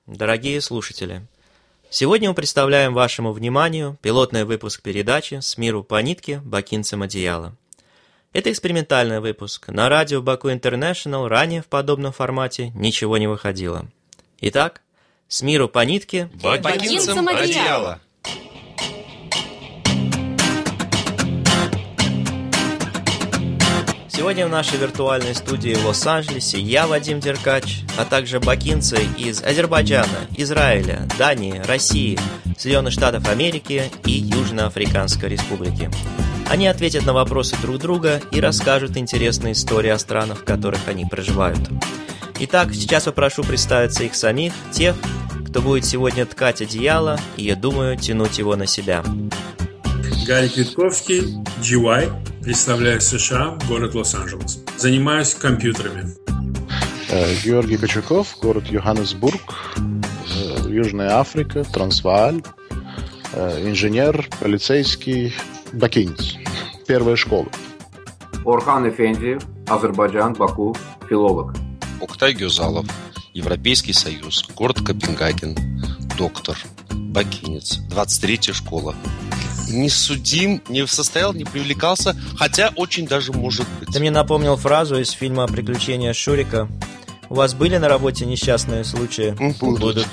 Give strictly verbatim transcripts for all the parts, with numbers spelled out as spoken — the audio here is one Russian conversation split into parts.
Дорогие слушатели, сегодня мы представляем вашему вниманию пилотный выпуск передачи «С миру по нитке бакинцам одеяла». Это экспериментальный выпуск. На радио Баку Интернешнл ранее в подобном формате ничего не выходило. Итак, «С миру по нитке бакинцам одеяла». Сегодня в нашей виртуальной студии в Лос-Анджелесе я, Вадим Деркач, а также бакинцы из Азербайджана, Израиля, Дании, России, Соединенных Штатов Америки и Южноафриканской Республики. Они ответят на вопросы друг друга и расскажут интересные истории о странах, в которых они проживают. Итак, сейчас попрошу представиться их самих, тех, кто будет сегодня ткать одеяло и, я думаю, тянуть его на себя. Гарик Витковский, джи уай, представляю США, город Лос-Анджелес. Занимаюсь компьютерами. Георгий Кочуков, город Йоханнесбург, Южная Африка, Трансвааль, инженер, полицейский, бакинец, первая школа. Орхан Эфендиев, Азербайджан, Баку, филолог. Октай Гюзалов, Европейский Союз, город Копенгаген, доктор, бакинец, двадцать третья школа. Не судим, не состоял, не привлекался, хотя очень даже может быть. Ты мне напомнил фразу из фильма «Приключения Шурика». У вас были на работе несчастные случаи? Будут.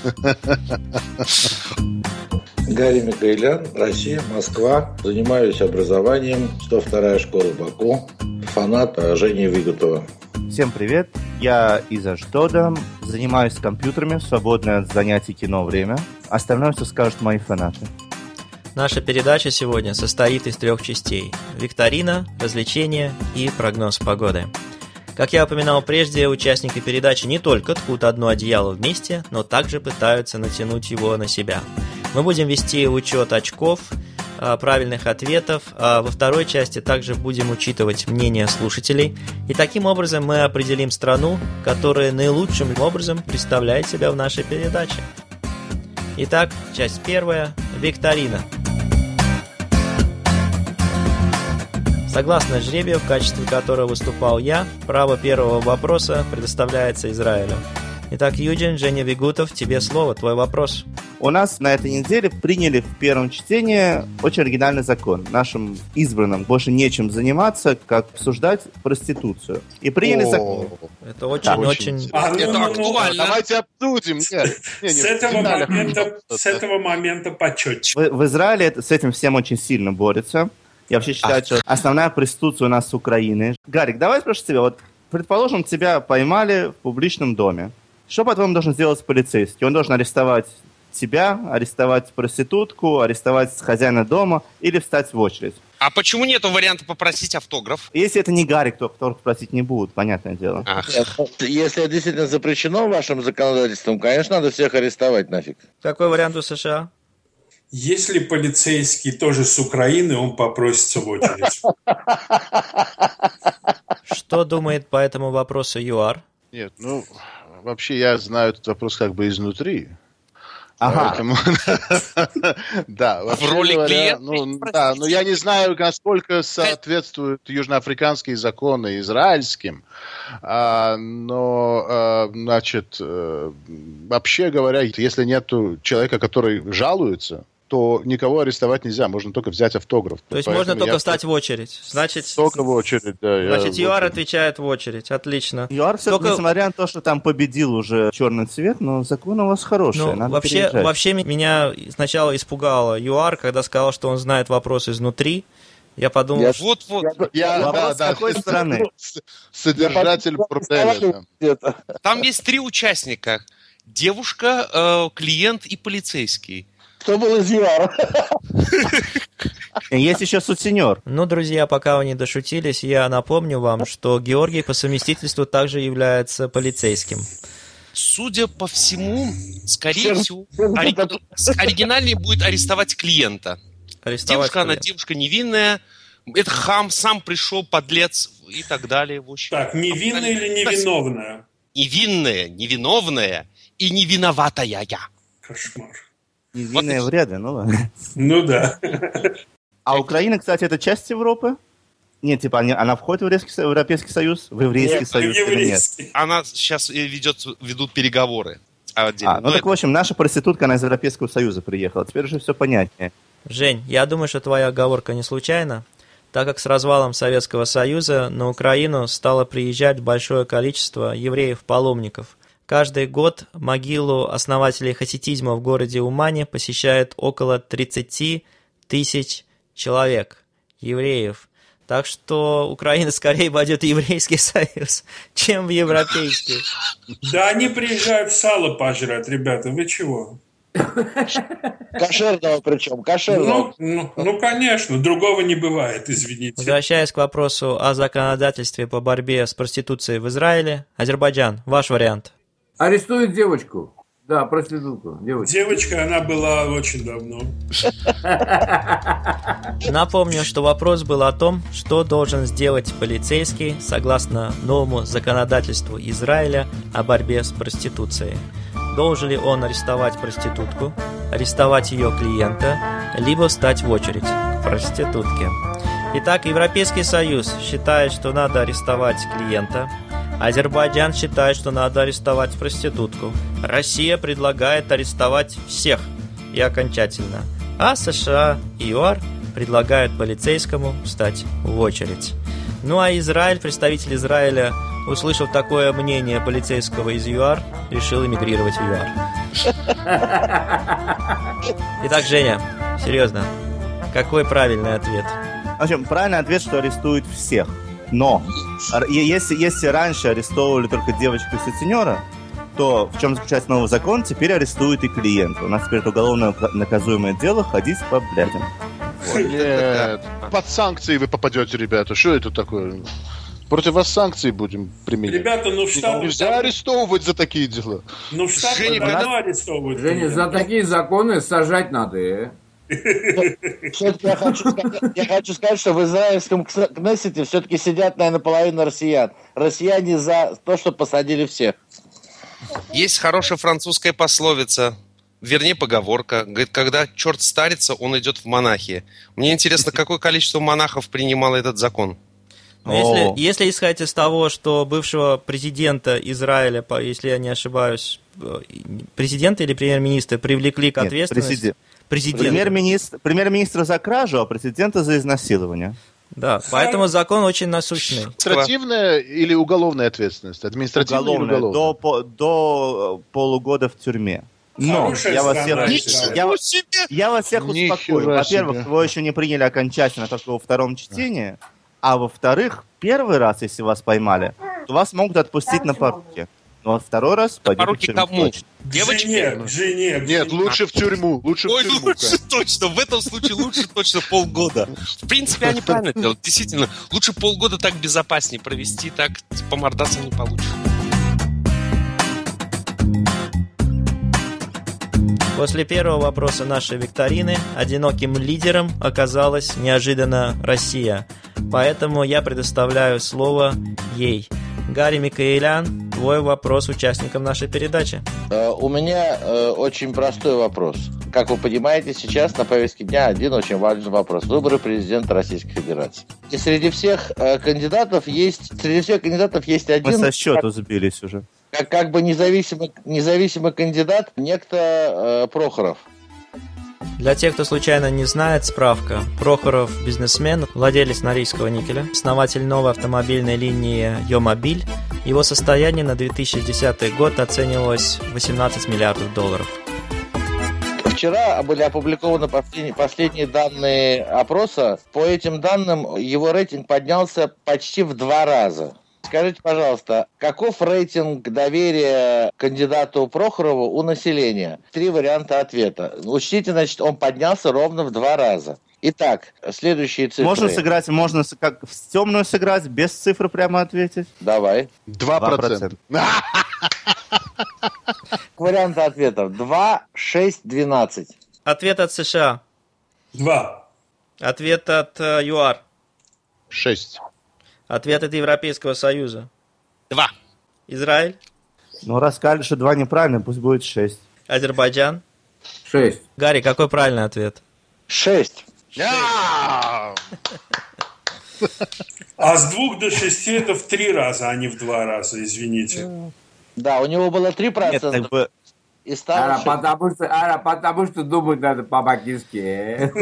Гарри Микаэлян, Россия, Москва. Занимаюсь образованием. сто вторая школа Баку. Фанат Жени Вигутова. Всем привет, я из Аждода. Занимаюсь компьютерами в свободное от занятий кино время. Остальное все скажут мои фанаты. Наша передача сегодня состоит из трех частей: викторина, развлечения и прогноз погоды. Как я упоминал прежде, участники передачи не только ткут одно одеяло вместе, но также пытаются натянуть его на себя. Мы будем вести учет очков, правильных ответов, а во второй части также будем учитывать мнение слушателей, и таким образом мы определим страну, которая наилучшим образом представляет себя в нашей передаче. Итак, часть первая – викторина. Согласно жребию, в качестве которого выступал я, право первого вопроса предоставляется Израилю. Итак, Юджин, Женя Вигутов, тебе слово, твой вопрос. У нас на этой неделе приняли в первом чтении очень оригинальный закон. Нашим избранным больше нечем заниматься, как обсуждать проституцию. И приняли О, закон. Это очень-очень... А, ну, Это ну, актуально. Давайте обсудим. Нет, не, не, С этого, деталях. момента, с этого момента почетче. В, в Израиле это- с этим всем очень сильно борются. Я вообще считаю, что основная проституция у нас с Украины. Гарик, давай спрошу тебя. Вот, предположим, тебя поймали в публичном доме. Что, по-твоему, должен сделать полицейский? Он должен арестовать тебя, арестовать проститутку, арестовать хозяина дома или встать в очередь. А почему нету варианта попросить автограф? Если это не Гарик, то автограф просить не будут, понятное дело. Ах. Если это действительно запрещено вашим законодательством, конечно, надо всех арестовать нафиг. Какой вариант у США? Если полицейский тоже с Украины, он попросится в очередь. Что думает по этому вопросу ЮАР? Нет, ну, вообще я знаю этот вопрос как бы изнутри. Ага. Поэтому, да, вообще В роли говоря, клиента, ну, простите. да, но я не знаю, насколько соответствуют южноафриканские законы израильским, а, но, а, значит, э, вообще говоря, если нету человека, который жалуется, то никого арестовать нельзя, можно только взять автограф. То есть Поэтому можно только я встать в очередь. Значит, Только в очередь, да. я значит в ЮАР очередь. отвечает в очередь. Отлично. ЮАР, все, Только- несмотря на то, что там победил уже черный цвет, но закон у вас хороший, Ну, надо вообще, переезжать. вообще меня сначала испугало ЮАР, когда сказал, что он знает вопрос изнутри. Я подумал, Я- что... Вот-вот. Я, Вопрос, да, с да, какой стороны? с- Содержатель борделя. да. Там есть три участника. Девушка, э, клиент и полицейский. Кто был из ЮАР? Есть еще сутенер. Ну, друзья, пока вы не дошутились, я напомню вам, что Георгий по совместительству также является полицейским. Судя по всему, скорее всего, ори- оригинальнее будет арестовать клиента. Арестовать Девушка, она клиента. девушка невинная. Это хам, сам пришел, подлец и так далее. В общем, Так, невинная или невиновная? невинная, невиновная и невиноватая я. Кошмар. Невинные вреды, ну ладно. Ну да. А Украина, кстати, это часть Европы? Нет, типа они- она входит в Еврейский, Со- в Европейский Союз? В Еврейский Нет, Союз или нет? еврейский. Она сейчас ведет, ведут переговоры. А, отдельно. А, ну Но так, это... в общем, наша проститутка, она из Европейского Союза приехала. Теперь уже все понятнее. Жень, я думаю, что твоя оговорка не случайна, так как с развалом Советского Союза на Украину стало приезжать большое количество евреев-паломников. Каждый год могилу основателей хасидизма в городе Умане посещает около тридцать тысяч человек, евреев. Так что Украина скорее войдет в Еврейский Союз, чем в Европейский. Да они приезжают сало пожрать, ребята, вы чего? Кошерного причем, кошерного. Ну, ну, ну, конечно, другого не бывает, извините. Возвращаясь к вопросу о законодательстве по борьбе с проституцией в Израиле, Азербайджан, ваш вариант. Арестуют девочку. Да, проститутку. Девочка. Девочка, она была очень давно. Напомню, что вопрос был о том, что должен сделать полицейский согласно новому законодательству Израиля о борьбе с проституцией. Должен ли он арестовать проститутку, арестовать ее клиента, либо встать в очередь к проститутке. Итак, Европейский Союз считает, что надо арестовать клиента. Азербайджан считает, что надо арестовать проститутку. Россия предлагает арестовать всех и окончательно. А США и ЮАР предлагают полицейскому встать в очередь. Ну а Израиль, представитель Израиля, услышав такое мнение полицейского из ЮАР, решил эмигрировать в ЮАР. Итак, Женя, серьезно, какой правильный ответ? В общем, правильный ответ, что арестуют всех. Но если, если раньше арестовывали только девочку и сутенера, то в чем заключается новый закон, теперь арестуют и клиента. У нас теперь уголовно наказуемое дело ходить по блядям. Нет, под санкции вы попадете, ребята. Что это такое? Против вас санкции будем применять. Ребята, ну в Штатах... Нельзя арестовывать за такие дела. Ну в Штатах Женя, давно когда... арестовывают. Женя, за такие законы сажать надо, э? Все-таки я хочу, сказать, я хочу сказать, что в израильском Кнессете все-таки сидят, наверное, половина россиян. Россияне за то, что посадили всех. Есть хорошая французская пословица, вернее поговорка, говорит, когда черт старится, он идет в монахи. Мне интересно, какое количество монахов принимало этот закон? Ну, если, если исходить из того, что бывшего президента Израиля, если я не ошибаюсь, президента или премьер-министра привлекли к ответственности... Нет, президент. Премьер-министр, премьер-министра за кражу, а президента за изнасилование. Да, поэтому закон очень насущный. Административная или уголовная ответственность? Административная уголовная, или уголовная? До, по, до полугода в тюрьме. Но Хорошая я вас, страна, всех, я, я вас всех Нихера успокою. Во-первых, себе. вы еще не приняли окончательно только во втором чтении. А во-вторых, первый раз, если вас поймали, то вас могут отпустить на поруки. Но второй раз На поруки кому? Точно. Девочки? Жене, жене. Нет, лучше в тюрьму. Лучше Ой, в тюрьму. лучше точно, в этом случае лучше точно полгода. В принципе, они правильно делают. Действительно, лучше полгода так безопаснее провести, так помордаться не получится. После первого вопроса нашей викторины одиноким лидером оказалась неожиданно Россия. Поэтому я предоставляю слово ей. Гарри Микаэлян, твой вопрос участникам нашей передачи. У меня очень простой вопрос. Как вы понимаете, сейчас на повестке дня один очень важный вопрос. Выборы президента Российской Федерации. И среди всех кандидатов есть, среди всех кандидатов есть один... Мы со счету сбились уже. Как, как бы независимый, независимый кандидат, некто э, Прохоров. Для тех, кто случайно не знает, справка. Прохоров – бизнесмен, владелец Норильского никеля, основатель новой автомобильной линии «Йомобиль». Его состояние на две тысячи десятый год оценивалось в восемнадцать миллиардов долларов. Вчера были опубликованы последние, последние данные опроса. По этим данным его рейтинг поднялся почти в два раза. Скажите, пожалуйста, каков рейтинг доверия кандидату Прохорову у населения? Три варианта ответа. Учтите, значит, он поднялся ровно в два раза. Итак, следующие цифры. Можно сыграть, можно как в темную сыграть, без цифр прямо ответить? Давай. Два процента. Варианты ответов. два, шесть, двенадцать. Ответ от США. Два. Ответ от э, ЮАР. Шесть. Ответ от Европейского Союза. Два. Израиль. Ну, раз сказали, что два неправильно, пусть будет шесть. Азербайджан. Шесть. Гарри, какой правильный ответ? Шесть. Я! А с двух до шести это в три раза, а не в два раза, извините. Да, у него было три Нет, процента. как бы и стал... Ара, потому что, ара, потому что думать надо по-бакински.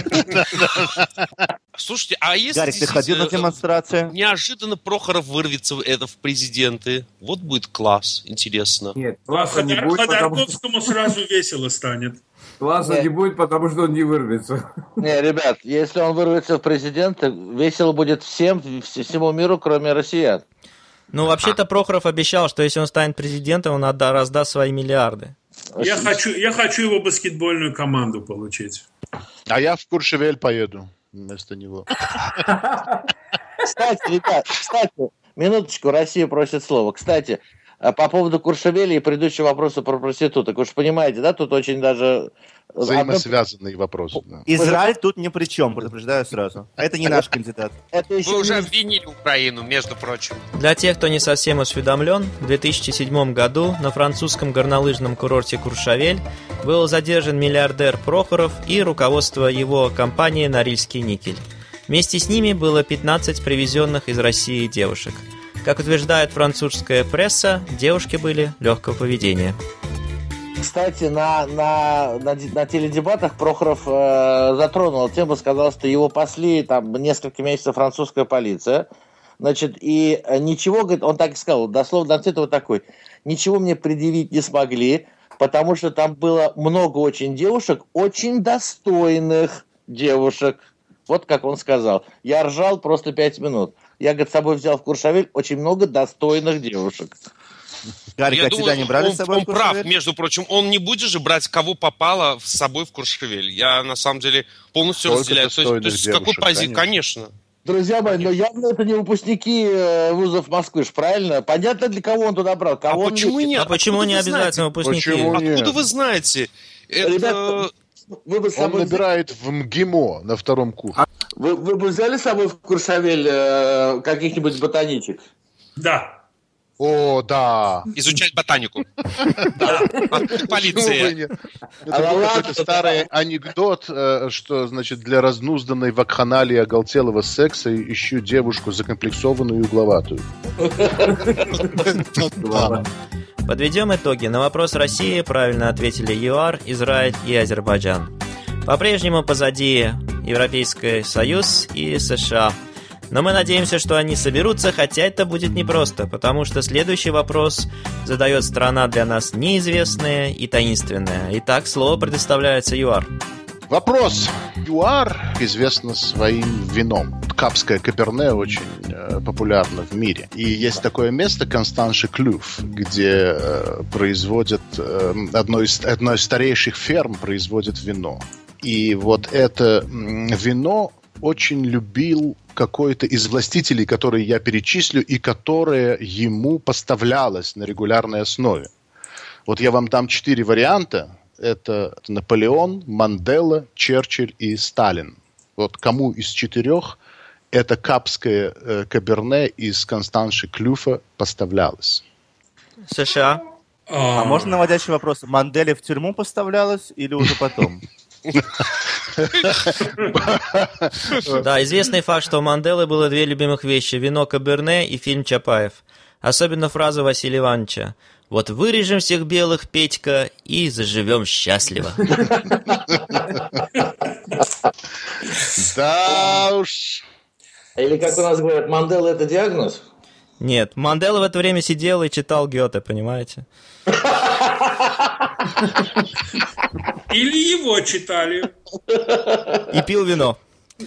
Слушайте, а если... Гарик, ты ходил на демонстрацию? Неожиданно Прохоров вырвется это в президенты. Вот будет класс, интересно. Нет, А класса не Ходор- будет, потому что... Ходорковскому сразу весело станет. Класса Нет. не будет, потому что он не вырвется. Не, ребят, если он вырвется в президенты, весело будет всем, вс- всему миру, кроме россиян. Ну, вообще-то Прохоров обещал, что если он станет президентом, он отда- раздаст свои миллиарды. Я хочу, я хочу его баскетбольную команду получить. А я в Куршевель поеду вместо него. Кстати, ребят, кстати, минуточку, Россия просит слова. Кстати, а по поводу Куршевеля и предыдущего вопроса про проституток. Вы же понимаете, да, тут очень даже... Взаимосвязанные вопросы. Да. Израиль тут ни при чем, предупреждаю сразу. Это не наш кандидат. Это еще Вы уже не- обвинили Украину, между прочим. Для тех, кто не совсем осведомлен, в две тысячи седьмом году на французском горнолыжном курорте Куршавель был задержан миллиардер Прохоров и руководство его компании «Норильский никель». Вместе с ними было пятнадцать привезенных из России девушек. Как утверждает французская пресса, девушки были легкого поведения. Кстати, на, на, на, ди- на теледебатах Прохоров э, затронул тему, сказал, что его пасли там несколько месяцев французская полиция. Значит, и э, ничего, говорит, он так и сказал, дословно цитата вот такой, ничего мне предъявить не смогли, потому что там было много очень девушек, очень достойных девушек. Вот как он сказал. Я ржал просто пять минут. Я, говорит, с собой взял в Куршавель очень много достойных девушек. Гарик, Я а думаю, тебя не брали он, с собой он в прав, Куршавель? между прочим. Он не будет же брать, кого попало с собой в Куршевель. Я, на самом деле, полностью Только разделяю. То есть, то есть с достойных какой позиции? девушек, Конечно. Друзья мои, но явно это не выпускники э, вузов Москвы, ж правильно? Понятно, для кого он туда брал? А Кого он почему любит? нет? А почему Откуда не вы обязательно знаете? выпускники? Почему? Откуда Нет. вы знаете? Это... Ребята, вы бы с Он собой... набирает в МГИМО на втором курсе. Вы, вы бы взяли с собой в Куршавель э, каких-нибудь ботаничек? Да. О, да. Изучать ботанику. Полиция. Это А был ладно, какой-то старый анекдот, э, что, значит, для разнузданной вакханалии оголтелого секса ищу девушку закомплексованную и угловатую. Подведем итоги. На вопрос России правильно ответили ЮАР, Израиль и Азербайджан. По-прежнему позади Европейский Союз и США. Но мы надеемся, что они соберутся, хотя это будет непросто, потому что следующий вопрос задает страна для нас неизвестная и таинственная. Итак, слово предоставляется ЮАР. Вопрос. ЮАР известна своим вином. Капское каберне очень э, популярно в мире. И есть такое место, Констанши-Клюв, где э, производят, э, одно, из, одно из старейших ферм производит вино. И вот это м, вино очень любил какой-то из властителей, которые я перечислю, и которое ему поставлялось на регулярной основе. Вот я вам дам четыре варианта. Это Наполеон, Мандела, Черчилль и Сталин. Вот кому из четырех это капское э, каберне из Констанши-Клюфа поставлялось? США. А можно наводящий вопрос? Манделе в тюрьму поставлялась или уже потом? Да, известный факт, что у Манделы было две любимых вещи – вино Каберне и фильм Чапаев. Особенно фраза Василия Ивановича: «Вот вырежем всех белых, Петька, и заживем счастливо». Да уж. Или, как у нас говорят, Мандела – это диагноз? Нет, Мандела в это время сидел и читал Гёте, понимаете? Или его читали. И пил вино.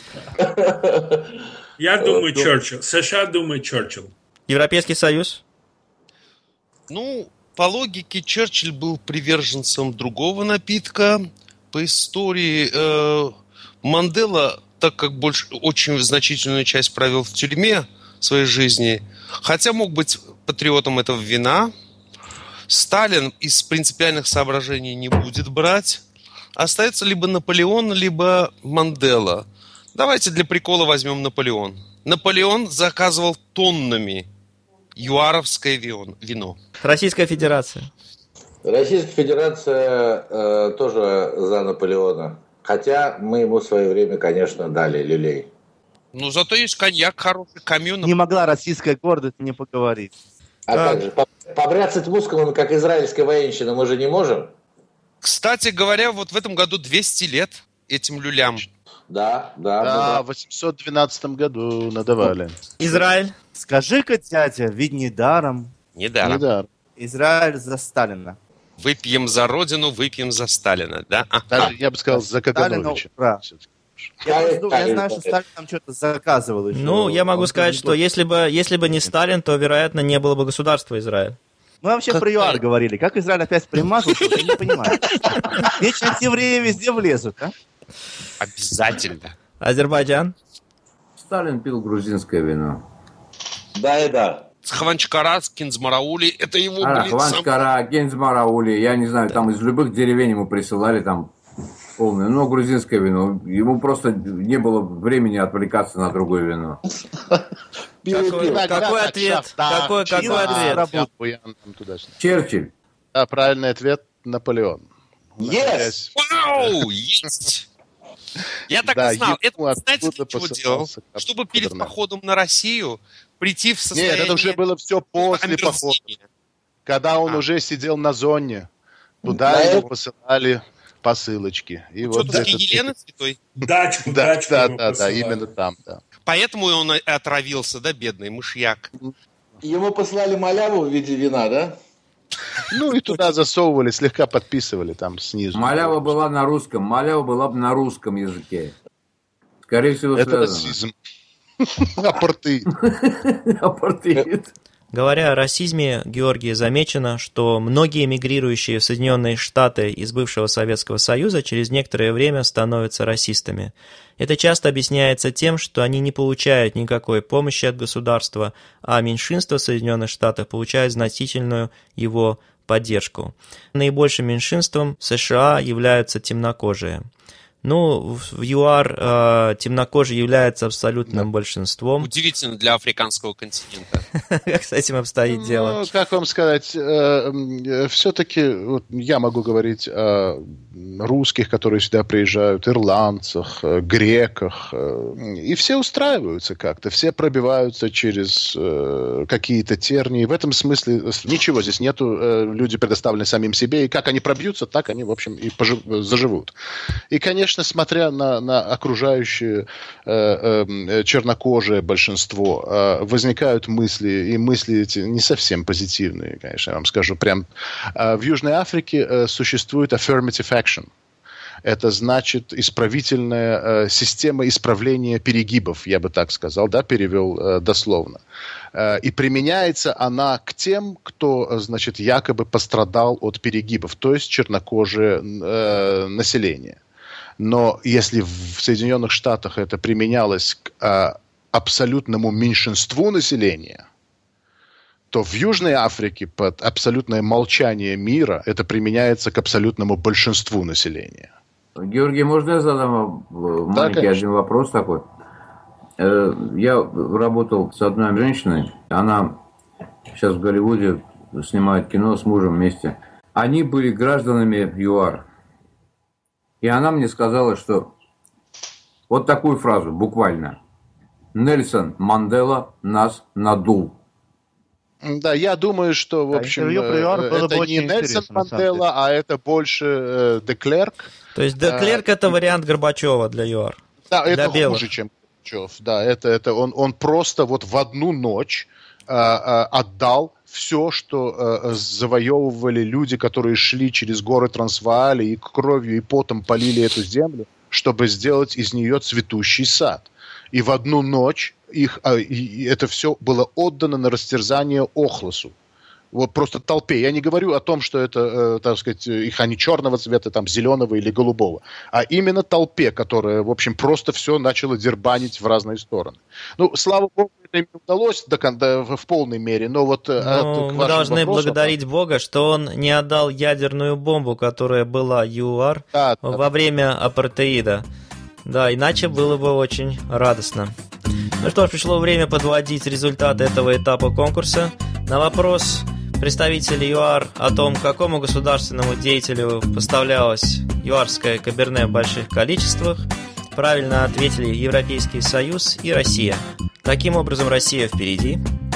Я думаю, Черчилль. США думает Черчилль. Европейский Союз? Ну, по логике, Черчилль был приверженцем другого напитка. По истории э, Мандела, так как больше, очень значительную часть провел в тюрьме своей жизни, хотя мог быть патриотом этого вина, Сталин из принципиальных соображений не будет брать. Остается либо Наполеон, либо Мандела. Давайте для прикола возьмем Наполеон. Наполеон заказывал тоннами юаровское вино. Российская Федерация. Российская Федерация э, тоже за Наполеона. Хотя мы ему в свое время, конечно, дали люлей. Ну, зато есть коньяк хороший, камю. Не могла российская гордость не поговорить. А как же? Побряцать мускулами, как израильская военщина, мы же не можем? Кстати говоря, вот в этом году двести лет этим люлям. Да, да. Да, в восемьсот двенадцатом году надавали. Израиль. Скажи-ка, дядя, ведь не даром. Недаром. Недаром. Израиль за Сталина. Выпьем за Родину, выпьем за Сталина, да? Даже, я бы сказал, за Кагановича. Сталина, я, я знаю, что Сталин там что-то заказывал еще. Ну, я могу Он сказать, не что тот. если бы, если бы не Сталин, то, вероятно, не было бы государства Израиль. Мы вообще Как- про ЮАР говорили. Как Израиль опять примазался, я не понимаю. Вечно те евреи везде влезут, а? Обязательно. Азербайджан. Сталин пил грузинское вино. Да и да. Хванчкара, Кинзмараули, это его, А, блин, сам... Хванчкара, Гензмараули, я не знаю, там из любых деревень ему присылали там полное, но грузинское вино. Ему просто не было времени отвлекаться на другое вино. Какой, какой ответ? Какой, какой ответ? Черчилль. Да, правильный ответ – Наполеон. Yes! Вау, есть! Я так Да, и знал. ему Это, знаете, оттуда для чего посылался делал? капитан. Чтобы перед походом на Россию прийти в состояние... Нет, это уже было все после похода. омерзения. Когда он А. уже сидел на зоне, туда Да, ему это- посылали посылочки. И Что, вот таки этот- Елена Святой? Дачку, Да, дачку да, ему да, да, посылали. именно там, да. Поэтому он и отравился, да, бедный мышьяк? Ему послали маляву в виде вина, да? Ну и туда засовывали, слегка подписывали там снизу. Малява была на русском. Малява была бы на русском языке. Скорее всего, Это связано. расизм. Апартеид. Апартеид. Говоря о расизме, Георгий, замечено, что многие эмигрирующие в Соединенные Штаты из бывшего Советского Союза через некоторое время становятся расистами. Это часто объясняется тем, что они не получают никакой помощи от государства, а меньшинство в Соединенных Штатах получает значительную его поддержку. Наибольшим меньшинством в США являются темнокожие. Ну, в ЮАР э, темнокожие являются абсолютным большинством. Удивительно для африканского континента. Как с этим обстоит дело? Ну, как вам сказать, все-таки вот, я могу говорить о русских, которые сюда приезжают, ирландцах, э, греках, э, и все устраиваются как-то, все пробиваются через э, какие-то тернии. В этом смысле ничего здесь нету, э, люди предоставлены самим себе, и как они пробьются, так они, в общем, и пожив... заживут. И, конечно, смотря на, на окружающее э, э, чернокожее большинство, э, возникают мысли, и мысли эти не совсем позитивные, конечно, я вам скажу. Прям э, в Южной Африке э, существует affirmative action. Это значит исправительная э, система исправления перегибов, я бы так сказал, да, перевел э, дословно. Э, и применяется она к тем, кто, значит, якобы пострадал от перегибов, то есть чернокожее э, население. Но если в Соединенных Штатах это применялось к э, абсолютному меньшинству населения, то в Южной Африке под абсолютное молчание мира это применяется к абсолютному большинству населения. Георгий, можно я задам маленький конечно. один вопрос такой? Э, Я работал с одной женщиной, она сейчас в Голливуде снимает кино с мужем вместе. Они были гражданами ЮАР. И она мне сказала, что вот такую фразу, буквально: Нельсон Мандела нас надул. Да, я думаю, что, в Да, общем, интервью про ЮАР э, было это бы не очень Нельсон интересно, на самом Мандела, а это больше э, Деклерк. То есть Деклерк – это вариант Горбачева для ЮАР. Да, Для это белых. хуже, чем Горбачев. Да, это, это он, он просто вот в одну ночь э, э, отдал все, что э, завоевывали люди, которые шли через горы Трансвааля и кровью и потом полили эту землю, чтобы сделать из нее цветущий сад. И в одну ночь их, э, и это все было отдано на растерзание Охлосу. Вот просто толпе. Я не говорю о том, что это, э, так сказать, их они черного цвета, там, зеленого или голубого, а именно толпе, которая, в общем, просто все начала дербанить в разные стороны. Ну, слава богу, это им не удалось до, до, в полной мере, но вот... Но мы должны вопросу, благодарить да. Бога, что он не отдал ядерную бомбу, которая была ЮАР да, во да. время апартеида. Да, иначе было бы очень радостно. Ну что ж, пришло время подводить результаты этого этапа конкурса. На вопрос представителей ЮАР о том, какому государственному деятелю поставлялось юарское каберне в больших количествах, правильно ответили Европейский Союз и Россия. Таким образом, Россия впереди.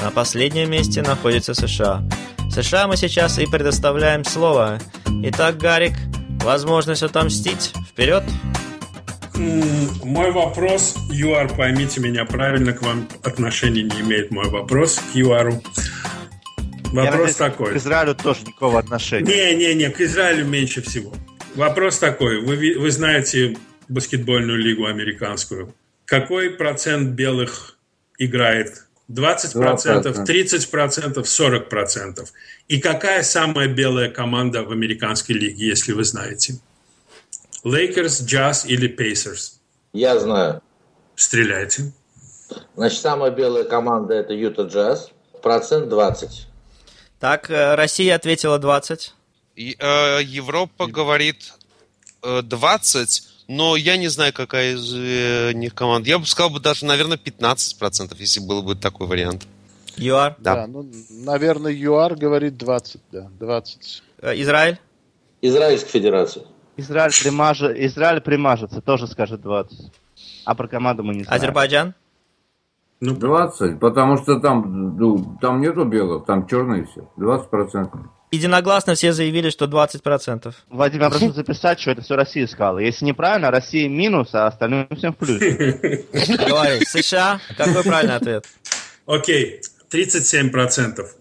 На последнем месте находится США. США мы сейчас и предоставляем слово. Итак, Гарик, возможность отомстить. Вперед! Мой вопрос, ЮАР, поймите меня правильно, к вам отношения не имеет мой вопрос к ЮАРу. Вопрос Я надеюсь, такой. К Израилю тоже никакого отношения. Не-не-не, к Израилю меньше всего. Вопрос такой. Вы, вы знаете баскетбольную лигу американскую. Какой процент белых играет? двадцать процентов, тридцать процентов, сорок процентов. И какая самая белая команда в американской лиге, если вы знаете? Lakers, Jazz или Pacers? Я знаю. Стреляйте. Значит, самая белая команда это Юта Джаз. Процент двадцать. Так, Россия ответила двадцать. И, э, Европа говорит э, двадцать, но я не знаю, какая из э, них команд. Я бы сказал бы даже, наверное, пятнадцать процентов, если был бы такой вариант. ЮАР? Да, да ну, наверное, ЮАР говорит двадцать, да, двадцать. Э, Израиль? Израильская Федерация. Израиль, примаж... Израиль примажется, тоже скажет двадцать. А про команду мы не знаем. Азербайджан? Ну, двадцать, потому что там, ну, там нету белых, там черные все. двадцать процентов. Единогласно все заявили, что двадцать процентов. Вадим, я прошу записать, что это все Россия сказала. Если неправильно, Россия минус, а остальным всем в плюс. Говори, США, какой правильный ответ? Окей, тридцать семь процентов.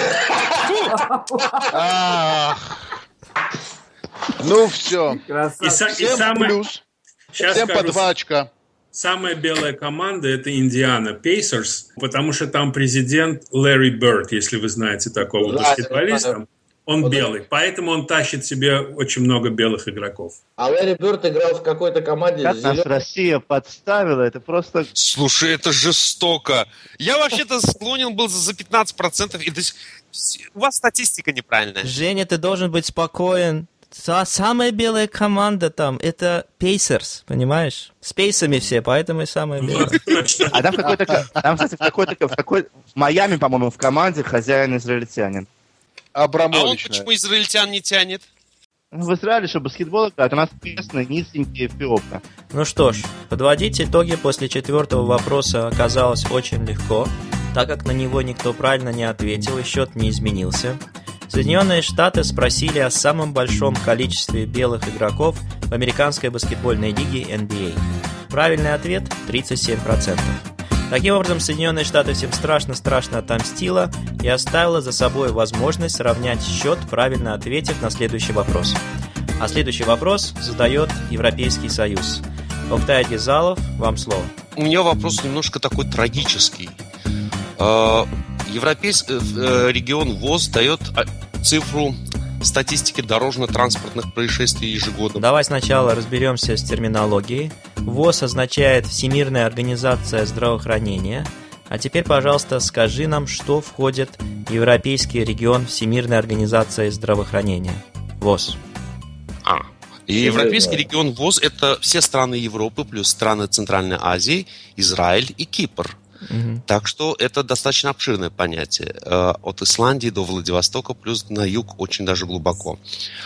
Ну все. И, са- и самое, плюс. Сейчас Всем по скажу, два очка. Самая белая команда – это Индиана Пейсерс, потому что там президент Ларри Бёрд, если вы знаете такого Да, баскетболиста. Он Вот белый, поэтому он тащит себе очень много белых игроков. А Ларри Бёрд играл в какой-то команде. Как нас зелё- Россия подставила, это просто... Слушай, это жестоко. Я вообще-то склонен был за пятнадцать процентов. И, то есть, у вас статистика неправильная. Женя, ты должен быть спокоен. Са- Самая белая команда там, это Pacers, понимаешь? С пейсами все, поэтому и самая белая. А там в какой-то... Там, кстати, в какой-то... В, какой... в Майами, по-моему, в команде хозяин израильтянин. А он Абрамович. почему израильтян не тянет? В Израиле, что баскетбол играют, у нас местные низенькие эфиопы. Ну что ж, подводить итоги после четвертого вопроса оказалось очень легко, так как на него никто правильно не ответил и счет не изменился. Соединенные Штаты спросили о самом большом количестве белых игроков в американской баскетбольной лиге эн би эй. Правильный ответ – тридцать семь процентов. Таким образом, Соединенные Штаты всем страшно-страшно отомстила и оставила за собой возможность сравнять счет, правильно ответив на следующий вопрос. А следующий вопрос задает Европейский Союз. Октай Гизалов, вам слово. У меня вопрос немножко такой трагический. Э, Европейский э, регион ВОЗ дает э, цифру статистики дорожно-транспортных происшествий ежегодно. Давай сначала разберемся с терминологией. ВОЗ означает Всемирная организация здравоохранения. А теперь, пожалуйста, скажи нам, что входит в Европейский регион Всемирной организации здравоохранения. ВОЗ. А, и Европейский регион ВОЗ – это все страны Европы плюс страны Центральной Азии, Израиль и Кипр. Угу. Так что это достаточно обширное понятие. Э, от Исландии до Владивостока, плюс на юг очень даже глубоко.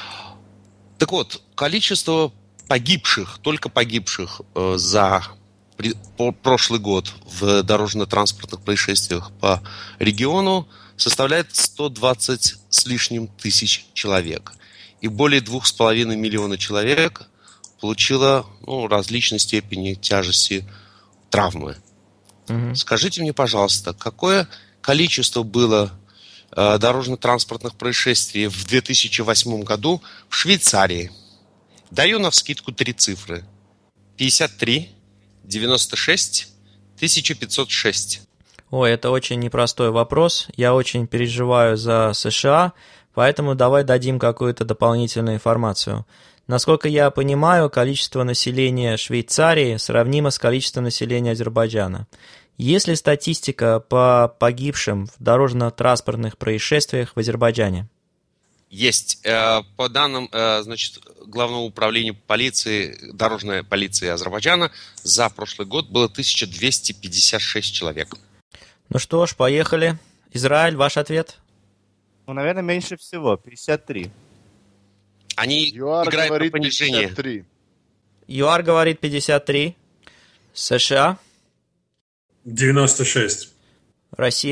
Так вот, количество погибших, только погибших э, за при, по, прошлый год в дорожно-транспортных происшествиях по региону составляет сто двадцать с лишним тысяч человек. И более двух с половиной миллиона человек получило ну, различной степени тяжести травмы. Угу. Скажите мне, пожалуйста, какое количество было э, дорожно-транспортных происшествий в две тысячи восьмом году в Швейцарии? Даю навскидку три цифры. пятьдесят три, девяносто шесть, тысяча пятьсот шесть. Ой, это очень непростой вопрос. Я очень переживаю за США, поэтому давай дадим какую-то дополнительную информацию. Насколько я понимаю, количество населения Швейцарии сравнимо с количеством населения Азербайджана. Есть ли статистика по погибшим в дорожно-транспортных происшествиях в Азербайджане? Есть. По данным, значит, Главного управления полиции, дорожной полиции Азербайджана, за прошлый год было тысяча двести пятьдесят шесть человек. Ну что ж, поехали. Израиль, ваш ответ? Ну, наверное, меньше всего, пятьдесят три. Они ЮАР играют говорит на понижение. пятьдесят три. ЮАР говорит пятьдесят три. США? девяносто шесть. Россия?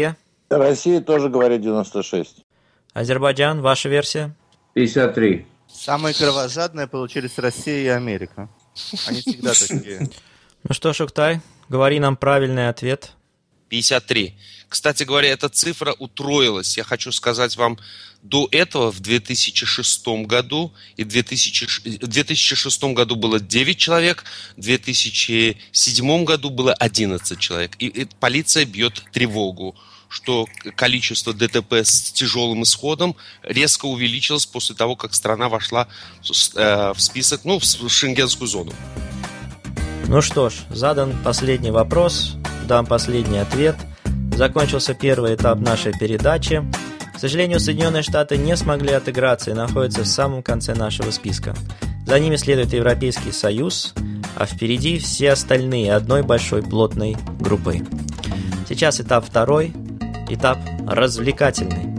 Россия тоже говорит девяносто шесть. Азербайджан, ваша версия? пятьдесят три. Самые кровожадные получились Россия и Америка. Они всегда такие. Ну что, Шуктай, говори нам правильный ответ. пятьдесят три. Кстати говоря, эта цифра утроилась. Я хочу сказать вам, до этого в две тысячи шестом году и в две тысячи шестом году было девять человек, в две тысячи седьмом году было одиннадцать человек. И, и полиция бьет тревогу, что количество ДТП с тяжелым исходом резко увеличилось после того, как страна вошла в список, ну, в шенгенскую зону. Ну что ж, задан последний вопрос, дам последний ответ. Закончился первый этап нашей передачи. К сожалению, Соединенные Штаты не смогли отыграться и находятся в самом конце нашего списка. За ними следует Европейский Союз, а впереди все остальные одной большой плотной группой. Сейчас этап второй, этап развлекательный.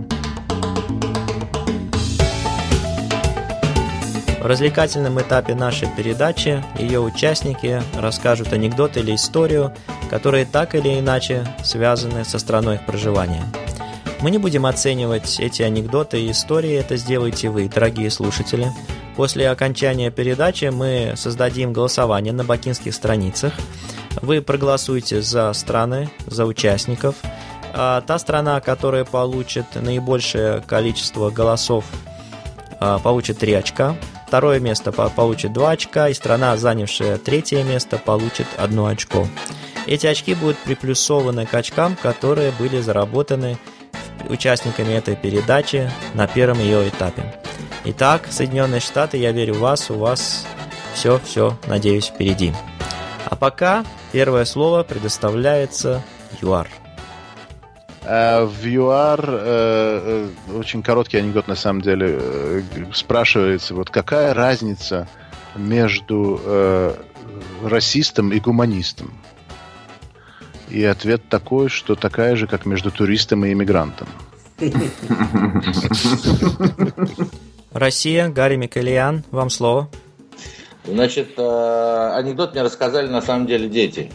В развлекательном этапе нашей передачи ее участники расскажут анекдот или историю, которые так или иначе связаны со страной их проживания. Мы не будем оценивать эти анекдоты и истории, это сделаете вы, дорогие слушатели. После окончания передачи мы создадим голосование на бакинских страницах. Вы проголосуете за страны, за участников. А та страна, которая получит наибольшее количество голосов, получит три очка. Второе место получит два очка, и страна, занявшая третье место, получит одно очко. Эти очки будут приплюсованы к очкам, которые были заработаны участниками этой передачи на первом ее этапе. Итак, Соединенные Штаты, я верю в вас, у вас все-все, надеюсь, впереди. А пока первое слово предоставляется ЮАР. В ЮАР э, очень короткий анекдот, на самом деле, э, спрашивается, вот какая разница между э, расистом и гуманистом? И ответ такой, что такая же, как между туристом и иммигрантом. Россия, Гарри Микелиан, вам слово. Значит, анекдот мне рассказали на самом деле дети.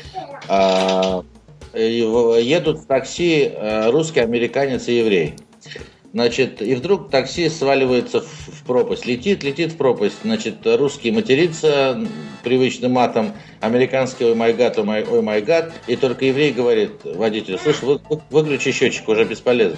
Едут в такси русский, американец и еврей. Значит, и вдруг такси сваливается в пропасть. Летит, летит в пропасть. Значит, русский матерится привычным матом, американский ой май гад, ой май гад. И только еврей говорит водителю: слушай, вы, выключи счетчик, уже бесполезно.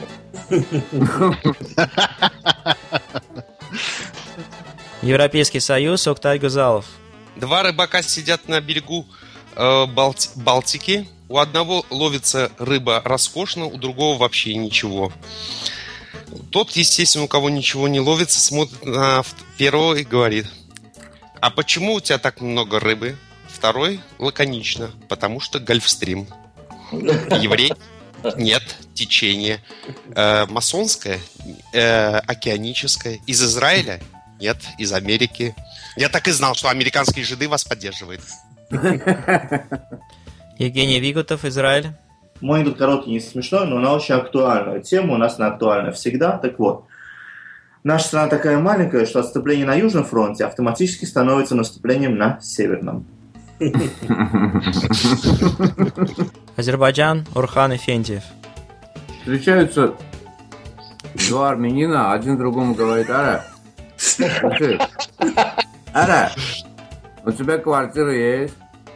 Европейский Союз, Октай Гузалов. Два рыбака сидят на берегу э, Балти- Балтики. У одного ловится рыба роскошно, у другого вообще ничего. Тот, естественно, у кого ничего не ловится, смотрит на первого и говорит: а почему у тебя так много рыбы? Второй лаконично: потому что Гольфстрим. Еврей? Нет, течение. Э, масонское? Э, океаническое? Из Израиля? Нет, из Америки. Я так и знал, что американские жиды вас поддерживают. Евгений Вигутов, Израиль. Мой анекдот короткий, не смешной, но на очень актуальную тему. У нас она актуальна всегда. Так вот, наша страна такая маленькая, что отступление на Южном фронте автоматически становится наступлением на Северном. Азербайджан, Орхан Эфендиев. Встречаются два армянина, один другому говорит: ара, слушай, ара, у тебя квартира есть?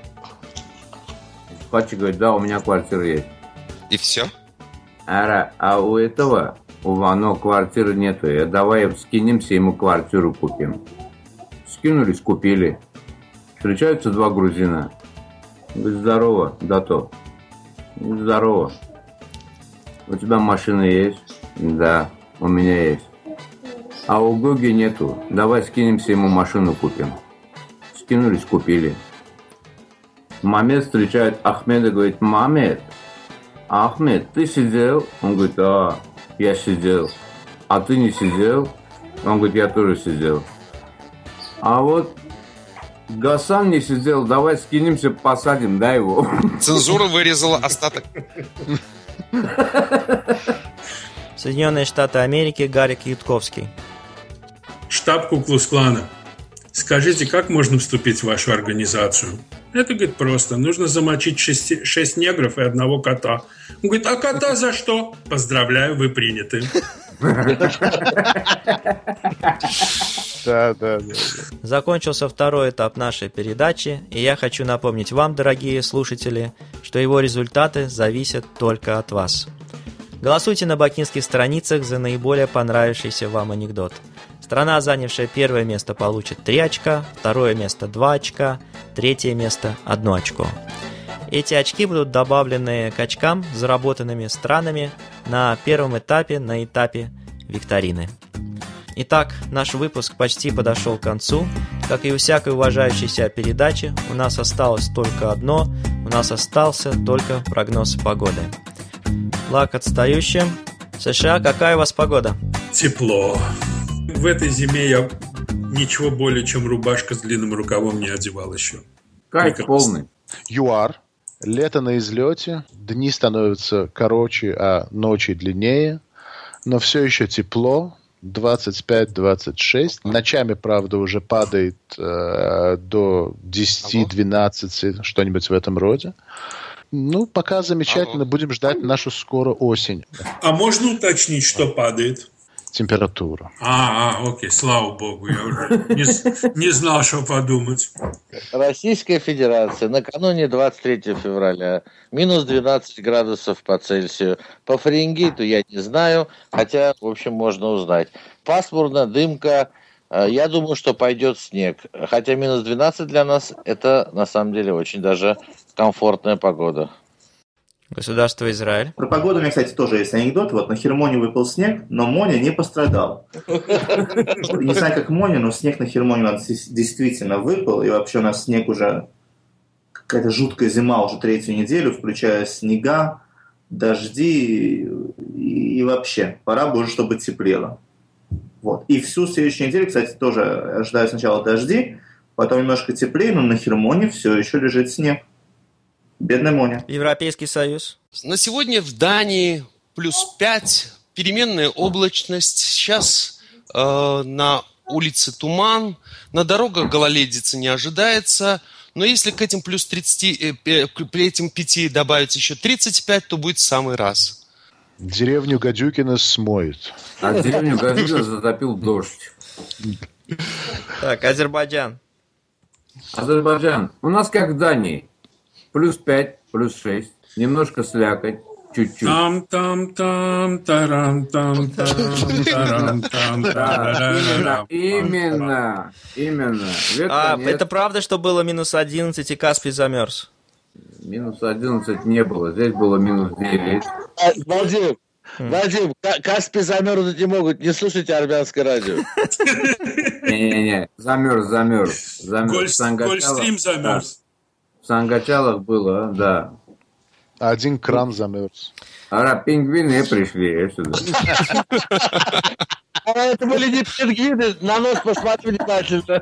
Пачи говорит: да, у меня квартира есть. И все? Ара, а у этого, у Вано, квартиры нету. Я, давай скинемся, ему квартиру купим. Скинулись, купили. Встречаются два грузина. Говорит: здорово, Дато. Здорово. У тебя машина есть? Да, у меня есть. А у Гоги нету. Давай скинемся, ему машину купим. Скинулись, купили. Мамед встречает Ахмеда, говорит: Мамед, Ахмед, ты сидел? Он говорит: да, я сидел. А ты не сидел? Он говорит: я тоже сидел. А вот Гасан не сидел, давай скинемся, посадим, дай его. Цензура вырезала остаток. Соединенные Штаты Америки, Гарик Ютковский. Штаб Ку-Клукс-Клана. Скажите, как можно вступить в вашу организацию? Это, говорит, просто. Нужно замочить шесть, шесть негров и одного кота. Он говорит, а кота за что? Поздравляю, вы приняты. Да, да, да. Закончился второй этап нашей передачи, и я хочу напомнить вам, дорогие слушатели, что его результаты зависят только от вас. Голосуйте на бакинских страницах за наиболее понравившийся вам анекдот. Страна, занявшая первое место, получит три очка, второе место два очка, третье место одно очко. Эти очки будут добавлены к очкам, заработанными странами на первом этапе, на этапе викторины. Итак, наш выпуск почти подошел к концу. Как и у всякой уважающей себя передачи, у нас осталось только одно, у нас остался только прогноз погоды. Флаг отстающим. США, какая у вас погода? Тепло. В этой зиме я ничего более, чем рубашка с длинным рукавом не одевал еще. Кайф полный. ЮАР. Лето на излете. Дни становятся короче, а ночи длиннее. Но все еще тепло. двадцать пять - двадцать шесть. Ночами, правда, уже падает э, до десять - двенадцать, что-нибудь в этом роде. Ну, пока замечательно. Алло. Будем ждать нашу скоро осень. А можно уточнить, что падает? Температура. А, а, окей, слава богу, я уже не, не знал, что подумать. Российская Федерация накануне двадцать третьего февраля минус двенадцать градусов по Цельсию. По Фаренгейту я не знаю, хотя, в общем, можно узнать. Пасмурно, дымка. Я думаю, что пойдет снег. Хотя минус двенадцать для нас это на самом деле очень даже комфортная погода. Государство Израиль. Про погоду у меня, кстати, тоже есть анекдот. Вот на Хермоне выпал снег, но Моня не пострадал. Не знаю, как Моня, но снег на Хермоне у нас действительно выпал. И вообще у нас снег уже... Какая-то жуткая зима уже третью неделю, включая снега, дожди и, и вообще. Пора бы уже, чтобы теплело. Вот. И всю следующую неделю, кстати, тоже ожидаю сначала дожди, потом немножко теплее, но на Хермоне все еще лежит снег. Бедная Моня. Европейский Союз. На сегодня в Дании плюс пять, переменная облачность. Сейчас э, на улице туман, на дорогах гололедицы не ожидается. Но если к этим плюс тридцать, э, к этим пяти добавить еще тридцать пять, то будет в самый раз. Деревню Гадюкина смоет. А деревню Гадюкина затопил дождь. Так, Азербайджан. Азербайджан. У нас как в Дании. Плюс пять, плюс шесть. Немножко слякоть. Чуть-чуть. Там-там-там, тарам-там-там, тарам-там. Именно. Именно. А, это правда, что было минус одиннадцать и Каспий замерз? Минус одиннадцать не было. Здесь было минус девять. Вадим, Вадим, Каспий замерзнуть не могут. Не слушайте армянское радио. Не-не-не. Замерз, замерз. Гольфстрим замерз. В Сангачалах было, да. Один кран замерз. А пингвины пришли сюда. А это были не пингвины, на нос посмотри внимательно.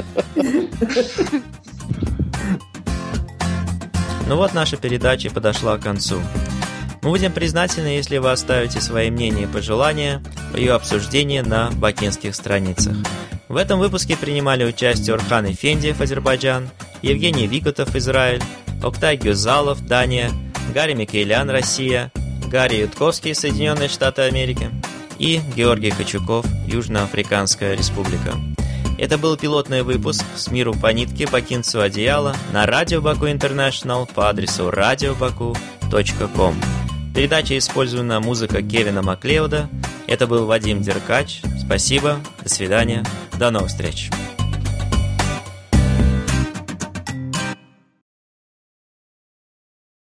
Ну вот наша передача подошла к концу. Мы будем признательны, если вы оставите свои мнения и пожелания по ее обсуждению на бакинских страницах. В этом выпуске принимали участие Орхан Эфендиев, Азербайджан, Евгений Вигутов, Израиль, Октай Гюзалов, Дания, Гарри Микелян, Россия, Гарри Ютковский, Соединенные Штаты Америки и Георгий Кочуков, Южноафриканская Республика. Это был пилотный выпуск «С миру по нитке, бакинцу одеяло» на Радио Баку Интернешнл по адресу радиобаку точка ком. В передаче использована музыка Кевина Маклеода. Это был Вадим Деркач. Спасибо, до свидания, до новых встреч.